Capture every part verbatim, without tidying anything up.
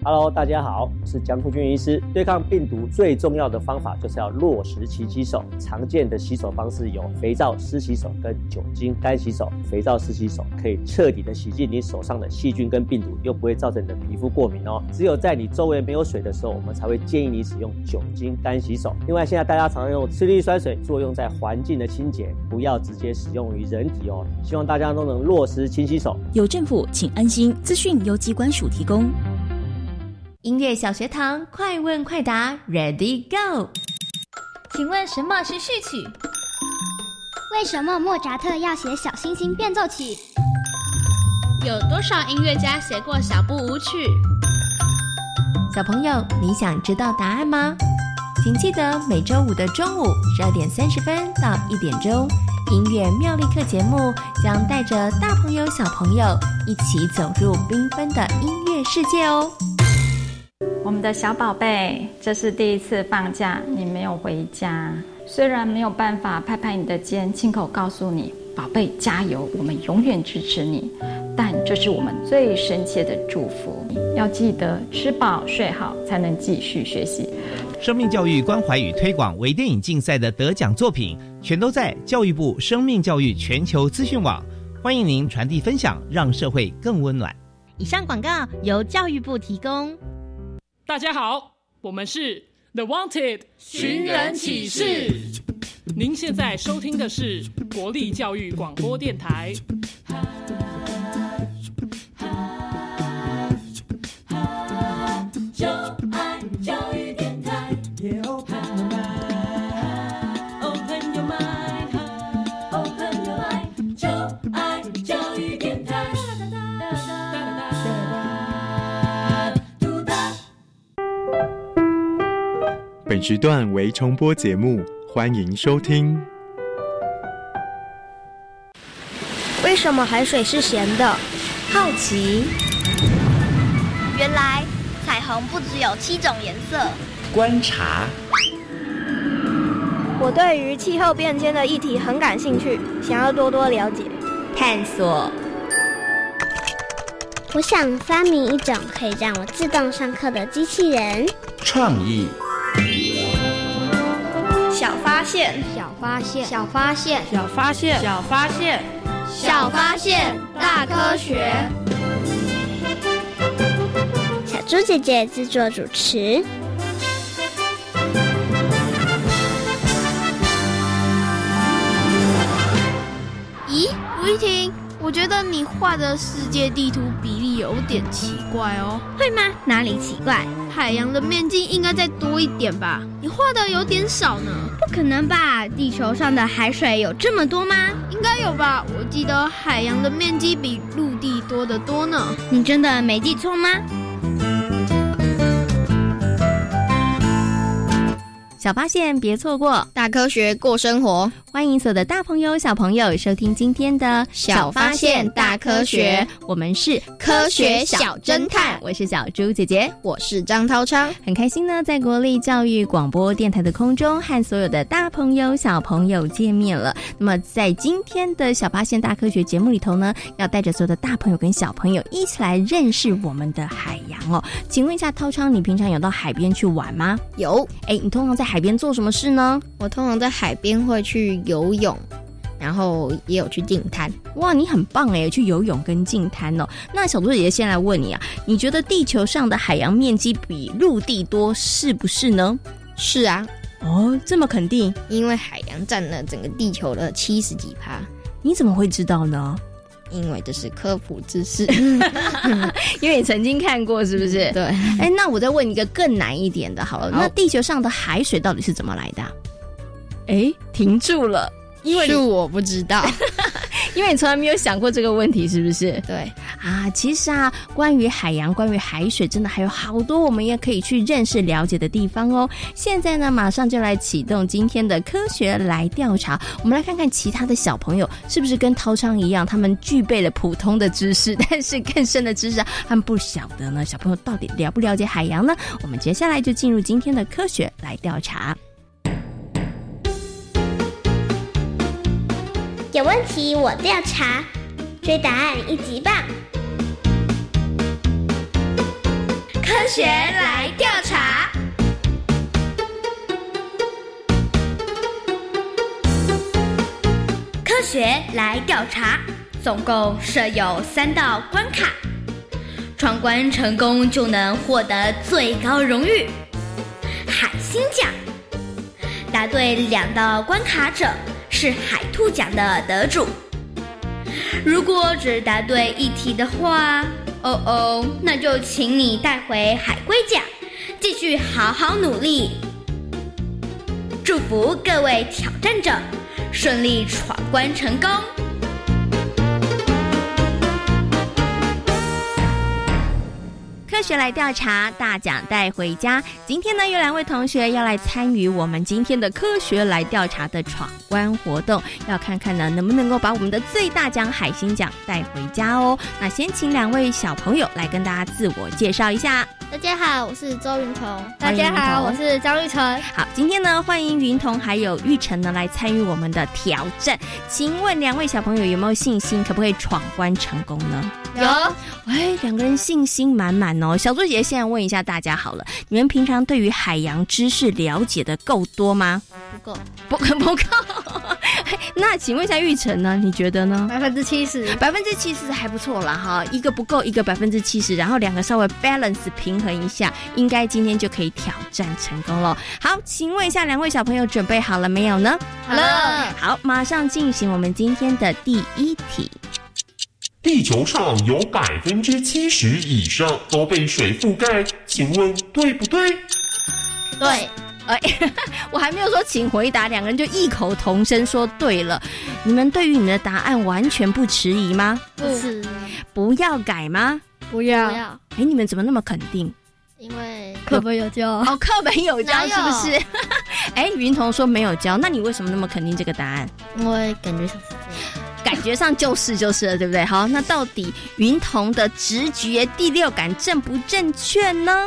Hello， 大家好，我是江富君医师。对抗病毒最重要的方法就是要落实勤洗手。常见的洗手方式有肥皂湿洗手跟酒精干洗手。肥皂湿洗手可以彻底的洗净你手上的细菌跟病毒，又不会造成你的皮肤过敏哦。只有在你周围没有水的时候，我们才会建议你使用酒精干洗手。另外，现在大家常用次氯酸水作用在环境的清洁，不要直接使用于人体哦。希望大家都能落实勤洗手。 有政府，请安心。资讯由疾管署提供。 音乐小学堂，快问快答 ，Ready Go！ 请问什么是序曲？ 为什么莫扎特要写小星星变奏曲？ 有多少音乐家写过小步舞曲？ 小朋友，你想知道答案吗？请记得每周五的中午十二点三十分到一点钟，音乐妙力课节目将带着大朋友小朋友一起走入缤纷的音乐世界哦。 我们的小宝贝，这是第一次放假，你没有回家。虽然没有办法拍拍你的肩，亲口告诉你，宝贝加油，我们永远支持你，但这是我们最深切的祝福。要记得吃饱睡好，才能继续学习。 生命教育关怀与推广微电影竞赛的得奖作品，全都在教育部生命教育全球资讯网，欢迎您传递分享，让社会更温暖。 以上广告由教育部提供。 大家好，我们是 The Wanted 寻人启事。您现在收听的是国立教育广播电台。 就爱教育电台。Yeah, open your mind, open your mind, open your mind。就爱教育电台。 本时段为重播节目，欢迎收听。 为什么海水是咸的？ 好奇。 原来彩虹不只有七种颜色。 观察。 我对于气候变迁的议题很感兴趣，想要多多了解。 探索。 我想发明一种可以让我自动上课的机器人。 创意。 小发现， 小发现，小发现， 小发现，小发现， 小发现，大科学。小猪姐姐制作主持。 咦，吴依婷，我觉得你画的世界地图比例有点奇怪哦。 会吗？哪里奇怪？ 海洋的面积应该再多一点吧？你画的有点少呢。 不可能吧？地球上的海水有这么多吗？ 应该有吧，我记得海洋的面积比陆地多得多呢。 你真的没记错吗？ 小发现别错过， 大科学过生活。 欢迎所有的大朋友小朋友收听今天的小发现大科学， 我们是科学小侦探。 我是小猪姐姐， 我是张涛昌。 很开心呢，在国立教育广播电台的空中和所有的大朋友小朋友见面了。那么在今天的小发现大科学节目里头呢，要带着所有的大朋友跟小朋友一起来认识我们的海洋哦。请问一下涛昌，你平常有到海边去玩吗？ 有。 哎，你通常在海边做什么事呢？ 我通常在海边会去游泳，然后也有去净滩。 哇，你很棒耶，去游泳跟净滩哦。那小猪姐姐先来问你啊，你觉得地球上的海洋面积比陆地多，是不是呢？ 是啊。 哦，这么肯定？ 因为海洋占了整个地球的七十几趴。 你怎么会知道呢？ 因为这是科普知识。 因为你曾经看过是不是？ 对。 哎，那我再问一个更难一点的好了，好，那地球上的海水到底是怎么来的？哎，停住了， 因为是我不知道。 因为你从来没有想过这个问题，是不是？ 对啊，其实啊，关于海洋、关于海水，真的还有好多我们也可以去认识、了解的地方哦。现在呢，马上就来启动今天的科学来调查，我们来看看其他的小朋友是不是跟涛昌一样，他们具备了普通的知识，但是更深的知识他们不晓得呢。小朋友到底了不了解海洋呢？我们接下来就进入今天的科学来调查。 有问题我调查，追答案一级棒。科学来调查。科学来调查，总共设有三道关卡，闯关成功就能获得最高荣誉海星奖。答对两道关卡者是海兔奖的得主。如果只答对一题的话，哦哦，那就请你带回海龟奖，继续好好努力。祝福各位挑战者顺利闯关成功。 科学来调查，大奖带回家。今天呢，有两位同学要来参与我们今天的科学来调查的闯关活动，要看看呢能不能够把我们的最大奖海星奖带回家哦。那先请两位小朋友来跟大家自我介绍一下。 大家好，我是周云彤。 大家好， 我是张玉成。 好，今天呢，欢迎云彤还有玉成呢来参与我们的挑战。请问两位小朋友有没有信心，可不可以闯关成功呢？ 有。 哎，两个人信心满满哦。小猪姐姐现在问一下大家好了，你们平常对于海洋知识了解的够多吗？ 不够， 不不够。那请问一下玉成呢？你觉得呢？ 百分之七十， 百分之七十还不错啦哈。一个不够，一个百分之七十，然后两个稍微 balance 平衡一下，应该今天就可以挑战成功了。好，请问一下两位小朋友准备好了没有呢？ 好了。 好，马上进行我们今天的第一题。 地球上有百分之七十以上都被水覆盖，请问对不对？ 对。 哎，我还没有说请回答，两个人就异口同声说对了。你们对于你们的答案完全不迟疑吗？ 不迟疑。 不要改吗？ 不要。 不要。哎，你们怎么那么肯定？ 因为课本有教。 哦，课本有教是不是？哎，云彤说没有教，那你为什么那么肯定这个答案？ 因为感觉像是这样。 感觉上就是就是了，对不对？好，那到底云彤的直觉第六感正不正确呢？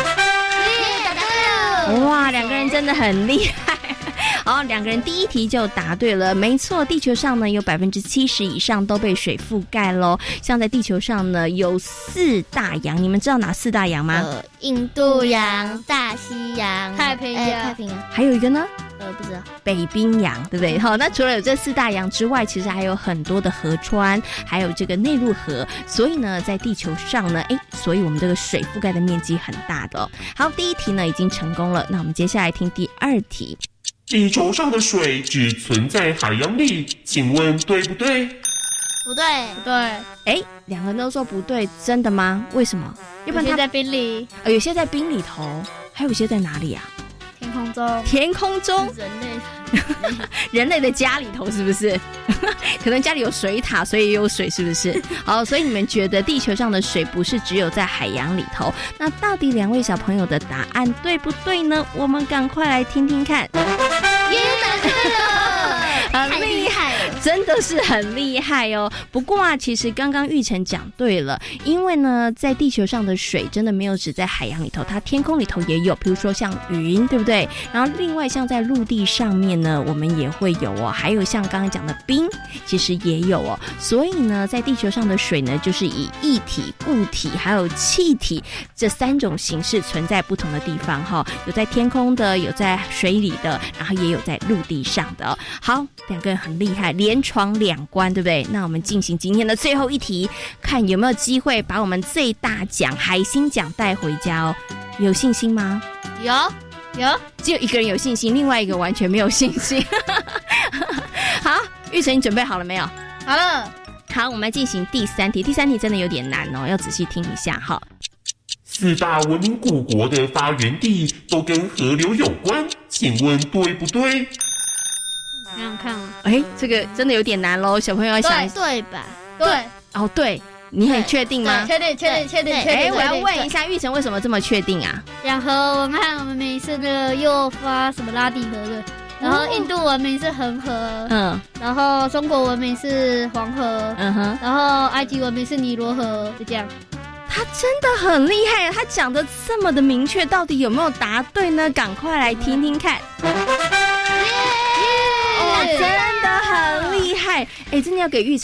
哇，两个人真的很厉害。好，两个人第一题就答对了，没错，地球上呢有百分之七十以上都被水覆盖咯。像在地球上呢有四大洋，你们知道哪四大洋吗？ 呃，印度洋、大西洋、 太平洋、 欸、太平洋， 还有一个呢？ 呃，不知道。 北冰洋，对不对？好，那除了有这四大洋之外，其实还有很多的河川，还有这个内陆河。所以呢，在地球上呢，哎，所以我们这个水覆盖的面积很大的哦。好，第一题呢已经成功了，那我们接下来听第二题。 地球上的水只存在海洋里，请问对不对？ 不对， 不对。 哎，两个人都说不对，真的吗？为什么？ 要不然它在冰里， 呃，有些在冰里头，还有些在哪里啊？ 天空中， 天空中， 人类， 人类的家里头是不是？可能家里有水塔，所以也有水，是不是？好，所以你们觉得地球上的水不是只有在海洋里头？那到底两位小朋友的答案对不对呢？我们赶快来听听看。 耶，答对了， 很厉害，真的是很厉害哦。不过啊，其实刚刚玉成讲对了，因为呢，在地球上的水真的没有只在海洋里头，它天空里头也有，比如说像云，对不对？然后另外像在陆地上面呢，我们也会有哦，还有像刚刚讲的冰，其实也有哦。所以呢，在地球上的水呢，就是以液体、固体还有气体这三种形式存在不同的地方哈、哦，有在天空的，有在水里的，然后也有在陆地上的、哦。好，两个人很厉害，连闯两关，对不对？那我们进行今天的最后一题，看有没有机会把我们最大奖海星奖带回家哦。有信心吗？ 有有， 只有一个人有信心，另外一个完全没有信心。好，玉成，你准备好了没有？ 好了。 好，我们来进行第三题。第三题真的有点难哦，要仔细听一下哈。 四大文明古国的发源地都跟河流有关，请问对不对？ 想想看啊， 哎，这个真的有点难咯，小朋友要想。 对对吧？ 对，哦对，你很确定吗？ 确定，确定，确定，确定。 哎，我要问一下玉成，为什么这么确定啊？ 两河文汉文明是那个诱发什么拉底河的，然后印度文明是恒河，嗯，然后中国文明是黄河，嗯哼，然后埃及文明是尼罗河，就这样。 他真的很厉害，他讲的这么的明确，到底有没有答对呢？赶快来听听看。哦，真的很厉害！哎，真的要给玉成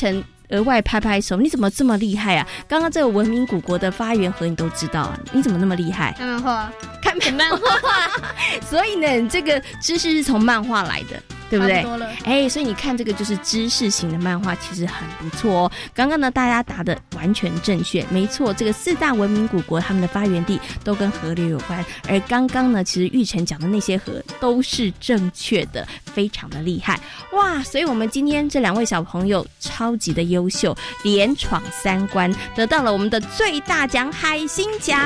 额外拍拍手，你怎么这么厉害啊？刚刚这个文明古国的发源河你都知道啊，你怎么那么厉害？ 看漫画， 看漫画，所以呢，这个知识是从漫画来的。对不对？哎，所以你看这个就是知识型的漫画，其实很不错哦。刚刚呢，大家答的完全正确，没错，这个四大文明古国他们的发源地都跟河流有关。而刚刚呢，其实玉成讲的那些河都是正确的，非常的厉害哇！所以我们今天这两位小朋友超级的优秀，连闯三关，得到了我们的最大奖海星奖。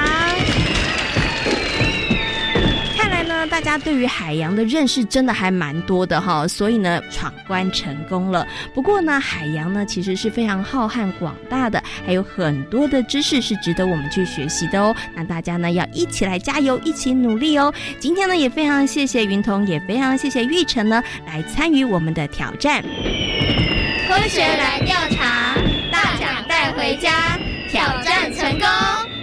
看来呢，大家对于海洋的认识真的还蛮多的哈，所以呢，闯关成功了。不过呢，海洋呢其实是非常浩瀚广大的，还有很多的知识是值得我们去学习的哦。那大家呢要一起来加油，一起努力哦。今天呢也非常谢谢云彤，也非常谢谢玉成呢来参与我们的挑战。 科学来调查，大奖带回家，挑战成功。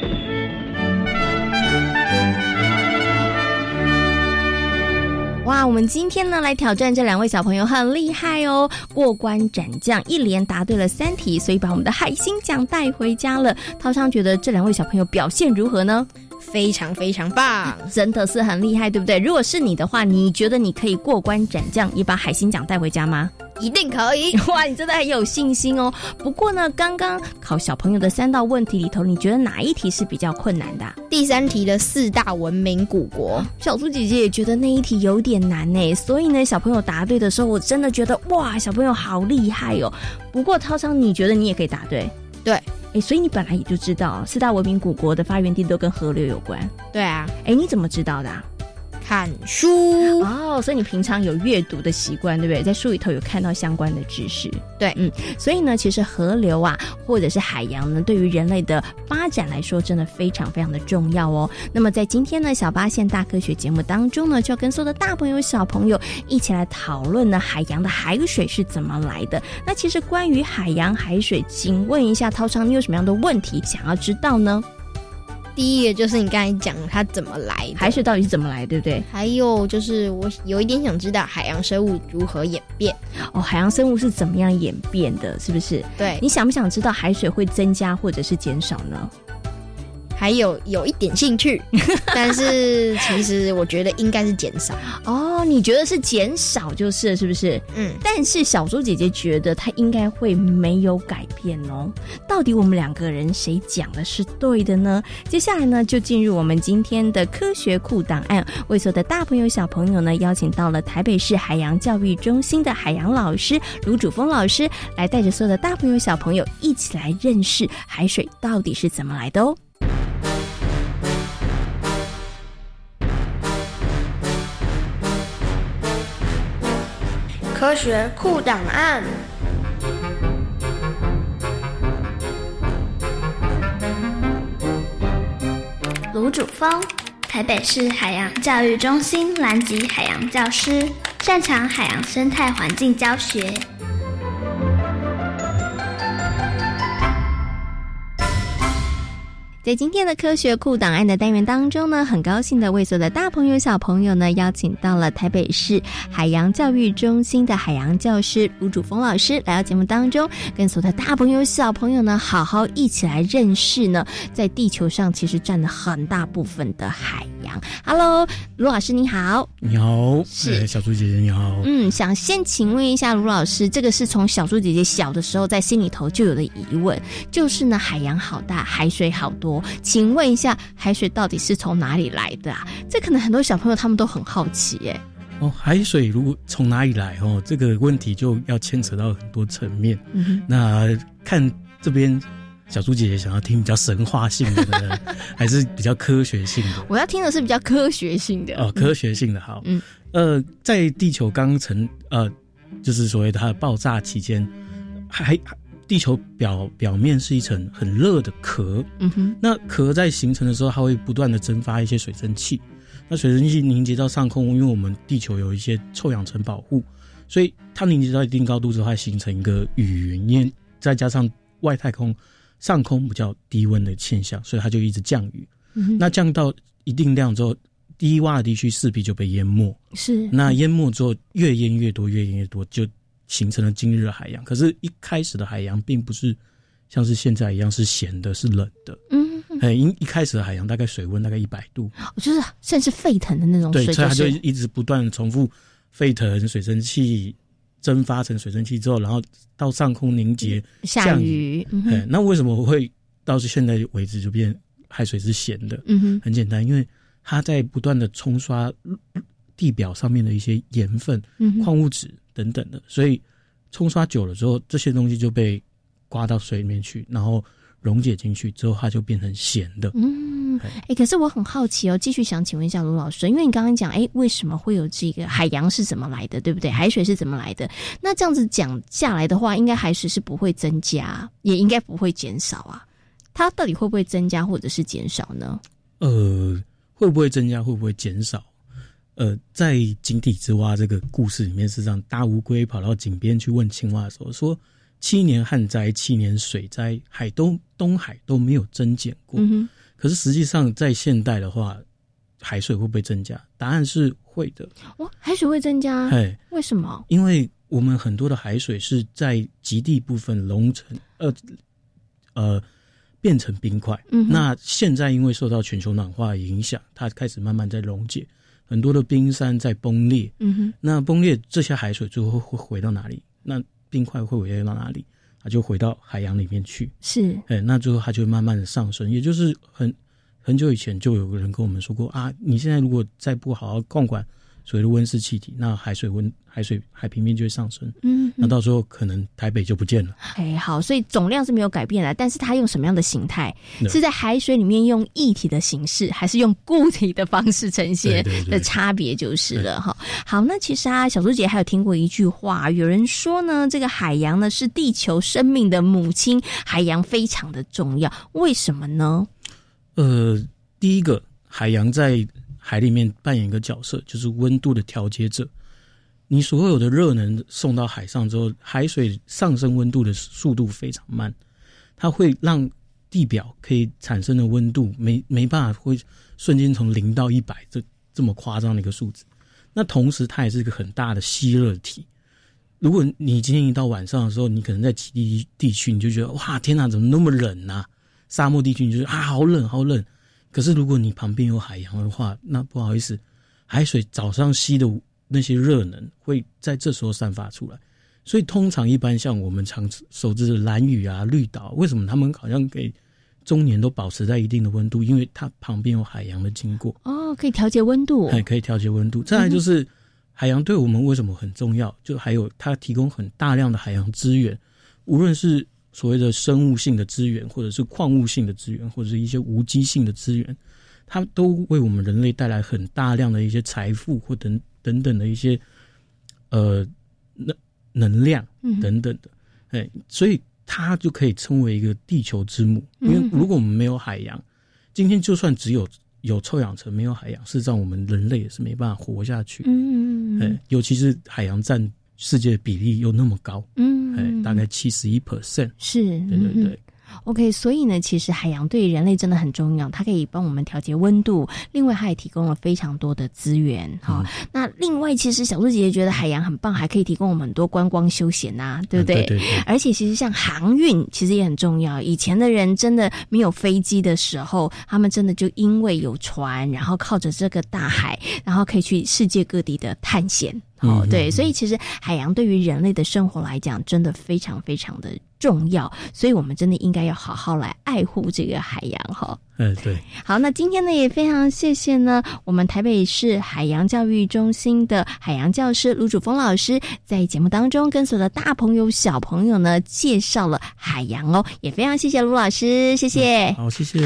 哇，我们今天呢来挑战这两位小朋友很厉害哦，过关斩将，一连答对了三题，所以把我们的海星奖带回家了。涛昌觉得这两位小朋友表现如何呢？ 非常非常棒， 真的是很厉害，对不对？如果是你的话，你觉得你可以过关斩将，也把海星奖带回家吗？ 一定可以！ 哇，你真的很有信心哦。不过呢，刚刚考小朋友的三道问题里头，你觉得哪一题是比较困难的啊？ 第三题的四大文明古国， 小猪姐姐也觉得那一题有点难耶，所以呢，小朋友答对的时候，我真的觉得哇，小朋友好厉害哦。不过涛昌，你觉得你也可以答对？ 对， 哎，所以你本来也就知道四大文明古国的发源地都跟河流有关。 对啊， 哎，你怎么知道的啊？ 看书哦，所以你平常有阅读的习惯，对不对？在书里头有看到相关的知识。 对， 嗯，所以呢，其实河流啊，或者是海洋呢，对于人类的发展来说，真的非常非常的重要哦。那么在今天呢，小八线大科学节目当中呢，就要跟所有的大朋友、小朋友一起来讨论呢，海洋的海水是怎么来的。那其实关于海洋海水，请问一下涛昌，你有什么样的问题想要知道呢？ 第一个就是你刚才讲它怎么来的， 海水到底是怎么来，对不对？ 还有就是我有一点想知道海洋生物如何演变。 哦，海洋生物是怎么样演变的，是不是？ 对， 你想不想知道海水会增加或者是减少呢？ 还有有一点兴趣，但是其实我觉得应该是减少。 哦，你觉得是减少就是了，是不是？ 嗯。 但是小猪姐姐觉得它应该会没有改变哦。到底我们两个人谁讲的是对的呢？接下来呢，就进入我们今天的科学库档案，为所有的大朋友小朋友呢，邀请到了台北市海洋教育中心的海洋老师卢主峰老师，来带着所有的大朋友小朋友一起来认识海水到底是怎么来的哦。 科学库档案。 卢主峰，台北市海洋教育中心蓝级海洋教师，擅长海洋生态环境教学。 在今天的科学库档案的单元当中呢，很高兴的为所有的大朋友小朋友呢，邀请到了台北市海洋教育中心的海洋教师卢主峰老师来到节目当中，跟所有的大朋友小朋友呢，好好一起来认识呢，在地球上其实占了很大部分的海洋。Hello， 卢老师你好。 你好， 是、 欸、小猪姐姐你好。 嗯，想先请问一下卢老师，这个是从小猪姐姐小的时候在心里头就有的疑问，就是呢，海洋好大，海水好多。请问一下，海水到底是从哪里来的啊？这可能很多小朋友他们都很好奇耶。 哦，海水如果从哪里来哦，这个问题就要牵扯到很多层面。 嗯、 那看这边小猪姐姐想要听比较神话性的呢，还是比较科学性的？ 我要听的是比较科学性的。 哦，科学性的好。 嗯， 呃，在地球刚成呃，就是所谓的它的爆炸期间，还。地球表表面是一层很热的壳， 嗯哼， 那壳在形成的时候，它会不断的蒸发一些水蒸气。那水蒸气凝结到上空，因为我们地球有一些臭氧层保护，所以它凝结到一定高度之后，它形成一个雨云，因为再加上外太空上空比较低温的现象，所以它就一直降雨。 嗯、 那降到一定量之后，低洼的地区势必就被淹没。 是， 那淹没之后，越淹越多，越淹越多，就形成了今日的海洋。可是一开始的海洋并不是像是现在一样是咸的，是冷的。嗯，哎，一一开始的海洋大概水温大概一百度， 就是甚至沸腾的那种水、就是。 对，所以它就一直不断的重复沸腾，水蒸气蒸发成水蒸气之后，然后到上空凝结、 嗯、下雨。 嗯、哎，那为什么会到现在为止就变海水是咸的？ 嗯哼， 很简单，因为它在不断的冲刷地表上面的一些盐分、嗯、矿物质等等的，所以冲刷久了之后，这些东西就被刮到水里面去，然后溶解进去之后，它就变成咸的。 嗯，哎、欸，可是我很好奇哦，继续想请问一下卢老师，因为你刚刚讲，哎、欸，为什么会有这个海洋是怎么来的，对不对？海水是怎么来的？那这样子讲下来的话，应该海水是不会增加，也应该不会减少啊。它到底会不会增加或者是减少呢？ 呃，会不会增加，会不会减少？呃，在井底之蛙这个故事里面，是让大乌龟跑到井边去问青蛙的时候说，七年旱灾，七年水灾，海东东海都没有增减过。嗯哼，可是实际上在现代的话，海水会不会增加？答案是会的。 哇，海水会增加？哎，为什么？ 因为我们很多的海水是在极地部分融成呃呃变成冰块。嗯，那现在因为受到全球暖化的影响，它开始慢慢在溶解，很多的冰山在崩裂。嗯哼，那崩裂这些海水最后会回到哪里？那冰块会回到哪里？它就回到海洋里面去。是，哎，那最后它就会慢慢的上升。也就是很很久以前就有个人跟我们说过啊，你现在如果再不好好控管所谓的温室气体，那海水温海水海平面就会上升。嗯，那到时候可能台北就不见了。 哎，好，所以总量是没有改变的，但是它用什么样的形态？是在海水里面用液体的形式，还是用固体的方式呈现的差别就是了哈。好，那其实啊，小猪姐还有听过一句话，有人说呢，这个海洋呢是地球生命的母亲，海洋非常的重要，为什么呢？ 呃，第一个，海洋在海里面扮演一个角色，就是温度的调节者。你所有的热能送到海上之后，海水上升温度的速度非常慢，它会让地表可以产生的温度没没办法会瞬间从零到一百这这么夸张的一个数字。那同时它也是一个很大的吸热体。如果你今天一到晚上的时候，你可能在极地地区你就觉得哇天哪，怎么那么冷啊？沙漠地区你就觉得啊好冷好冷。可是如果你旁边有海洋的话，那不好意思，海水早上吸的那些热能会在这时候散发出来。所以通常一般像我们常熟知的兰屿啊、绿岛，为什么他们好像可以终年都保持在一定的温度？因为它旁边有海洋的经过。 哦，可以调节温度。 哎，可以调节温度。再来就是海洋对我们为什么很重要？就还有它提供很大量的海洋资源，无论是所谓的生物性的资源，或者是矿物性的资源，或者是一些无机性的资源，它都为我们人类带来很大量的一些财富或等等等的一些呃能能量等等的，哎、嗯，所以它就可以称为一个地球之母。因为如果我们没有海洋，今天就算只有有臭氧层没有海洋，事实上我们人类也是没办法活下去。嗯，哎，尤其是海洋占世界的比例又那么高，嗯，哎，大概七十一 percent， 是， 对对对。 OK， 所以呢，其实海洋对人类真的很重要，它可以帮我们调节温度，另外它也提供了非常多的资源哈、嗯。那另外，其实小猪姐姐觉得海洋很棒，还可以提供我们很多观光休闲呐、啊，对不对？嗯、对对对。而且其实像航运，其实也很重要。以前的人真的没有飞机的时候，他们真的就因为有船，然后靠着这个大海，然后可以去世界各地的探险。哦，对，所以其实海洋对于人类的生活来讲，真的非常非常的重要，所以我们真的应该要好好来爱护这个海洋哈。 嗯，对。 好，那今天呢也非常谢谢呢我们台北市海洋教育中心的海洋教师卢主峰老师，在节目当中跟所有的大朋友小朋友呢介绍了海洋哦，也非常谢谢卢老师，谢谢。 嗯、好，谢谢。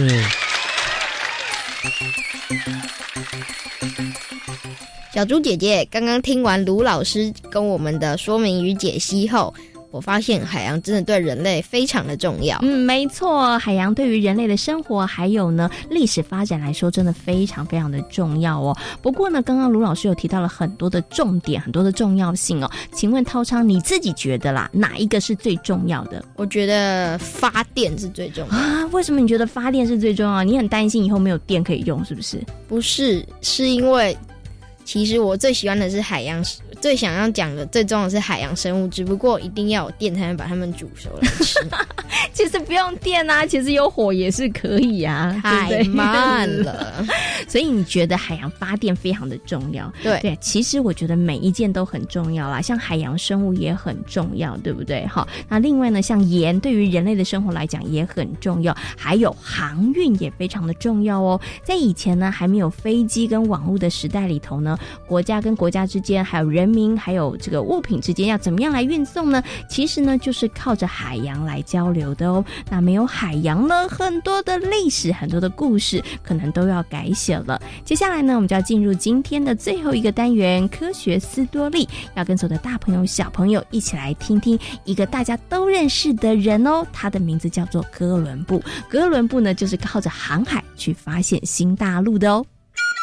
小猪姐姐刚刚听完卢老师跟我们的说明与解析后，我发现海洋真的对人类非常的重要。 嗯，没错，海洋对于人类的生活还有呢历史发展来说，真的非常非常的重要哦。不过呢，刚刚卢老师有提到了很多的重点，很多的重要性哦。请问涛昌，你自己觉得啦，哪一个是最重要的？ 我觉得发电是最重要啊。为什么你觉得发电是最重要？你很担心以后没有电可以用，是不是？ 不是，是因为其实我最喜欢的是海洋， 最想要讲的最重要的是海洋生物，只不过一定要有电才能把它们煮熟来吃。 其实不用电啊，其实有火也是可以啊， 太慢了。 所以你觉得海洋发电非常的重要？ 对对，其实我觉得每一件都很重要啦，像海洋生物也很重要，对不对？好，那另外呢，像盐对于人类的生活来讲也很重要，还有航运也非常的重要哦。在以前呢，还没有飞机跟网络的时代里头呢，国家跟国家之间，还有人民，还有这个物品之间要怎么样来运送呢？其实呢，就是靠着海洋来交流的哦。那没有海洋呢，很多的历史，很多的故事可能都要改写了。接下来呢，我们就要进入今天的最后一个单元——科学斯多利，要跟所有的大朋友、小朋友一起来听听一个大家都认识的人哦，他的名字叫做哥伦布。哥伦布呢，就是靠着航海去发现新大陆的哦。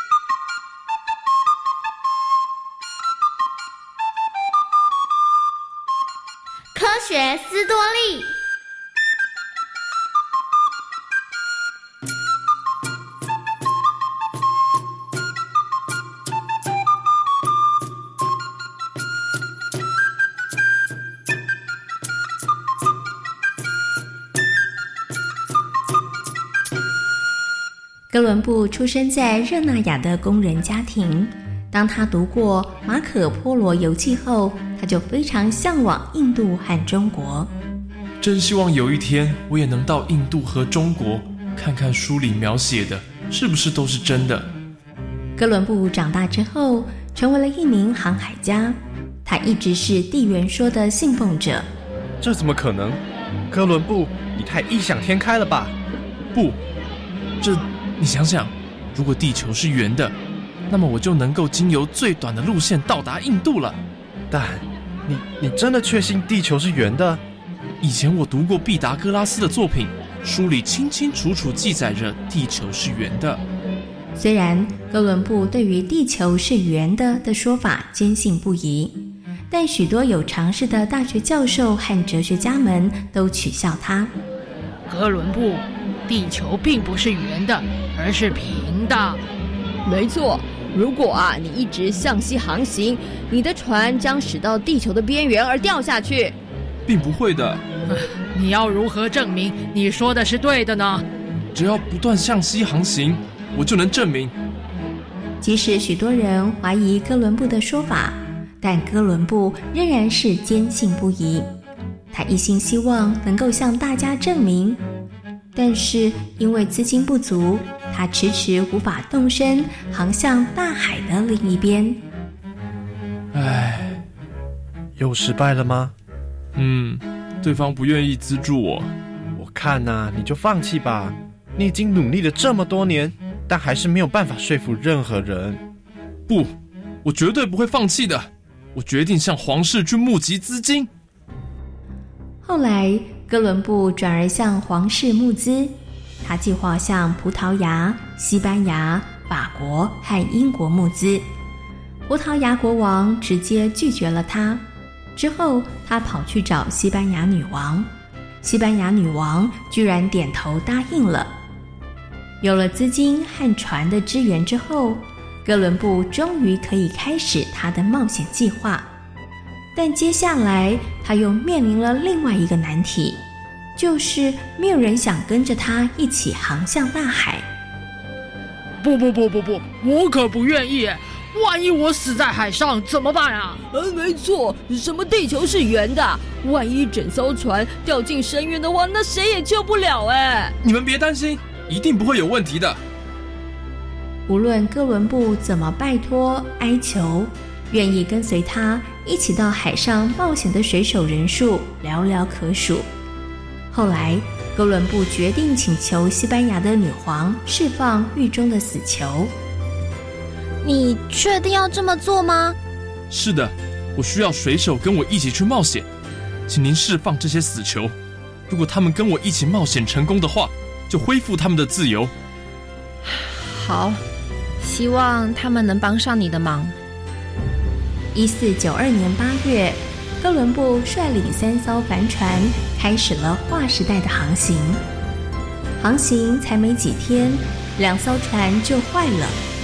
科学斯多利。 哥伦布出生在热那亚的工人家庭。当他读过《马可波罗游记》后，他就非常向往印度和中国。 真希望有一天我也能到印度和中国，看看书里描写的是不是都是真的。 哥伦布长大之后，成为了一名航海家。他一直是地缘说的信奉者。 这怎么可能？哥伦布，你太异想天开了吧？ 不，这你想想，如果地球是圆的，那么我就能够经由最短的路线到达印度了。 但你你真的确信地球是圆的？ 以前我读过毕达哥拉斯的作品，书里清清楚楚记载着地球是圆的。 虽然哥伦布对于地球是圆的的说法坚信不疑，但许多有常识的大学教授和哲学家们都取笑他。 哥伦布，地球并不是圆的，而是平的。 没错，如果啊你一直向西航行，你的船将驶到地球的边缘而掉下去。 并不会的。 你要如何证明你说的是对的呢？ 只要不断向西航行，我就能证明。 即使许多人怀疑哥伦布的说法，但哥伦布仍然是坚信不疑。他一心希望能够向大家证明，但是因为资金不足，他迟迟无法动身航向大海的另一边。 唉，又失败了吗？ 嗯，对方不愿意资助我。 我看啊，你就放弃吧。你已经努力了这么多年，但还是没有办法说服任何人。 不，我绝对不会放弃的。我决定向皇室去募集资金。 后来哥伦布转而向皇室募资，他计划向葡萄牙、西班牙、法国和英国募资。葡萄牙国王直接拒绝了他。之后他跑去找西班牙女王，西班牙女王居然点头答应了。有了资金和船的支援之后，哥伦布终于可以开始他的冒险计划。但接下来他又面临了另外一个难题，就是没有人想跟着他一起航向大海。 不不不不不，我可不愿意，万一我死在海上怎么办啊？ 呃，没错，什么地球是圆的？万一整艘船掉进深渊的话，那谁也救不了哎。 你们别担心，一定不会有问题的。 无论哥伦布怎么拜托哀求，愿意跟随他一起到海上冒险的水手人数寥寥可数。后来哥伦布决定请求西班牙的女皇释放狱中的死囚。 你确定要这么做吗？ 是的，我需要水手跟我一起去冒险，请您释放这些死囚。如果他们跟我一起冒险成功的话，就恢复他们的自由。 好，希望他们能帮上你的忙。 一四九二年八月，哥伦布率领三艘帆船开始了划时代的航行。航行才没几天，两艘船就坏了。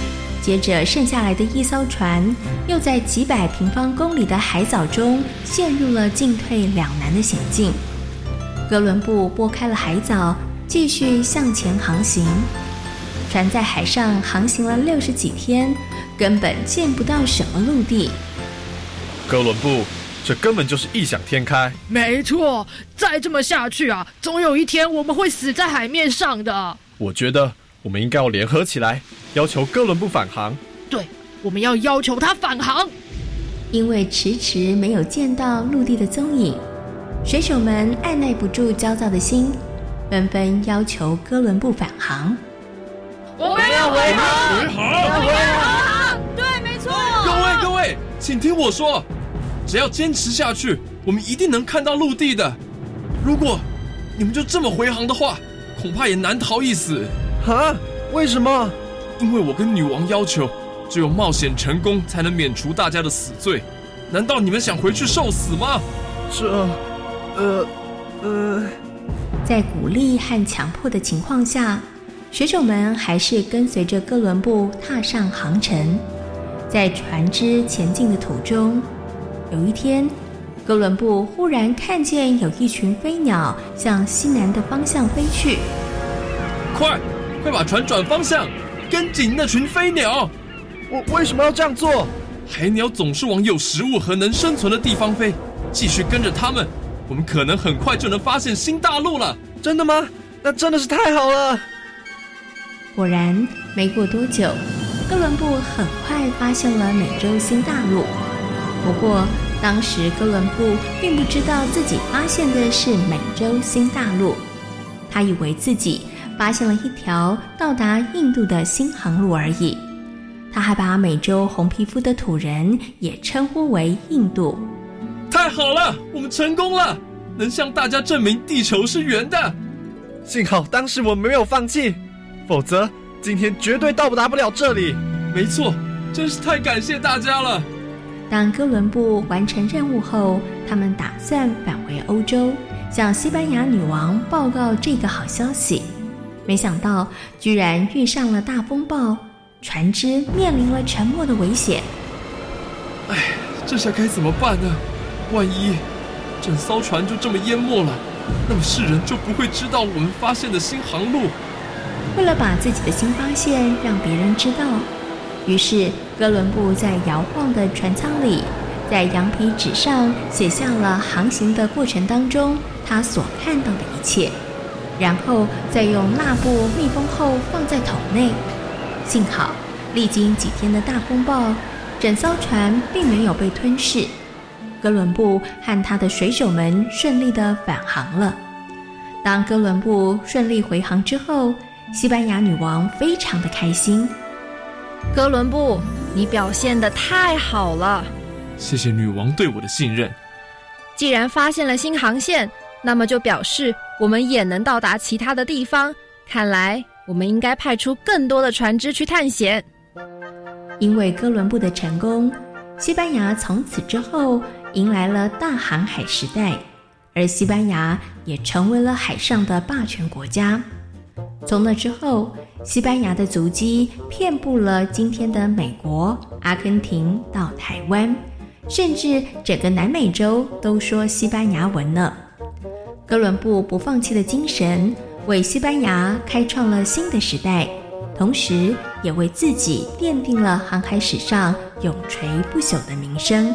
接着剩下来的一艘船又在几百平方公里的海藻中陷入了进退两难的险境。哥伦布拨开了海藻，继续向前航行。船在海上航行了六十几天，根本见不到什么陆地。 哥伦布，这根本就是异想天开。 没错，再这么下去啊，总有一天我们会死在海面上的。 我觉得我们应该要联合起来，要求哥伦布返航。 对，我们要要求他返航。 因为迟迟没有见到陆地的踪影，水手们按耐不住焦躁的心，纷纷要求哥伦布返航。 我们要回航！ 回航！ 回航！对，没错。 各位各位，请听我说，只要坚持下去，我们一定能看到陆地的。如果你们就这么回航的话，恐怕也难逃一死。 哈？为什么？ 因为我跟女王要求，只有冒险成功才能免除大家的死罪。难道你们想回去受死吗？ 这，呃，呃…… 在鼓励和强迫的情况下，水手们还是跟随着哥伦布踏上航程。在船只前进的途中，有一天，哥伦布忽然看见有一群飞鸟向西南的方向飞去。 快，快把船转方向，跟紧那群飞鸟！ 我为什么要这样做？ 海鸟总是往有食物和能生存的地方飞，继续跟着它们，我们可能很快就能发现新大陆了。 真的吗？那真的是太好了！ 果然，没过多久，哥伦布很快发现了美洲新大陆。不过，当时哥伦布并不知道自己发现的是美洲新大陆，他以为自己发现了一条到达印度的新航路而已。他还把美洲红皮肤的土人也称呼为印度。 太好了，我们成功了，能向大家证明地球是圆的。 幸好当时我们没有放弃，否则今天绝对到达不了这里。 没错，真是太感谢大家了。 当哥伦布完成任务后，他们打算返回欧洲，向西班牙女王报告这个好消息。没想到居然遇上了大风暴，船只面临了沉没的危险。 哎，这下该怎么办呢？万一整艘船就这么淹没了，那么世人就不会知道我们发现的新航路。 为了把自己的新发现让别人知道，于是哥伦布在摇晃的船舱里，在羊皮纸上写下了航行的过程当中他所看到的一切，然后再用蜡布密封后放在桶内。幸好历经几天的大风暴，整艘船并没有被吞噬，哥伦布和他的水手们顺利地返航了。当哥伦布顺利回航之后，西班牙女王非常的开心。 哥伦布，你表现得太好了， 谢谢女王对我的信任。 既然发现了新航线，那么就表示我们也能到达其他的地方，看来我们应该派出更多的船只去探险。 因为哥伦布的成功，西班牙从此之后迎来了大航海时代，而西班牙也成为了海上的霸权国家。从那之后，西班牙的足迹遍布了今天的美国、阿根廷到台湾，甚至整个南美洲都说西班牙文呢。哥伦布不放弃的精神，为西班牙开创了新的时代，同时也为自己奠定了航海史上永垂不朽的名声。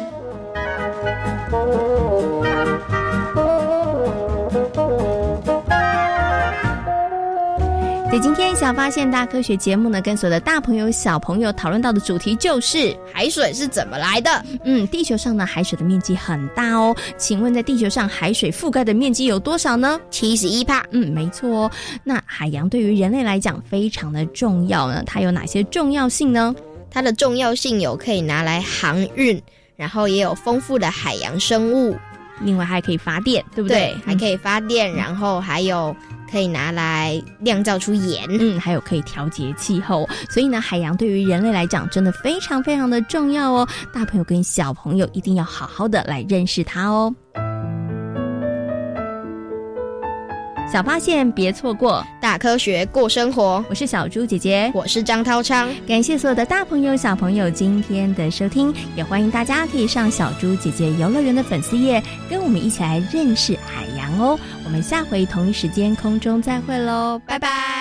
在今天小发现大科学节目呢，跟所有的大朋友小朋友讨论到的主题就是海水是怎么来的。 嗯，地球上的海水的面积很大哦，请问在地球上海水覆盖的面积有多少呢？ 七十一趴。 嗯，没错哦。那海洋对于人类来讲非常的重要呢，它有哪些重要性呢？ 它的重要性有可以拿来航运，然后也有丰富的海洋生物， 另外还可以发电，对不对？ 对，还可以发电，嗯、然后还有可以拿来酿造出盐， 嗯，还有可以调节气候。所以呢，海洋对于人类来讲真的非常非常的重要哦。大朋友跟小朋友一定要好好的来认识它哦。 小发现别错过， 大科学过生活。 我是小猪姐姐， 我是张涛昌。 感谢所有的大朋友小朋友今天的收听，也欢迎大家可以上小猪姐姐游乐园的粉丝页，跟我们一起来认识海洋哦。我们下回同一时间空中再会喽，拜拜。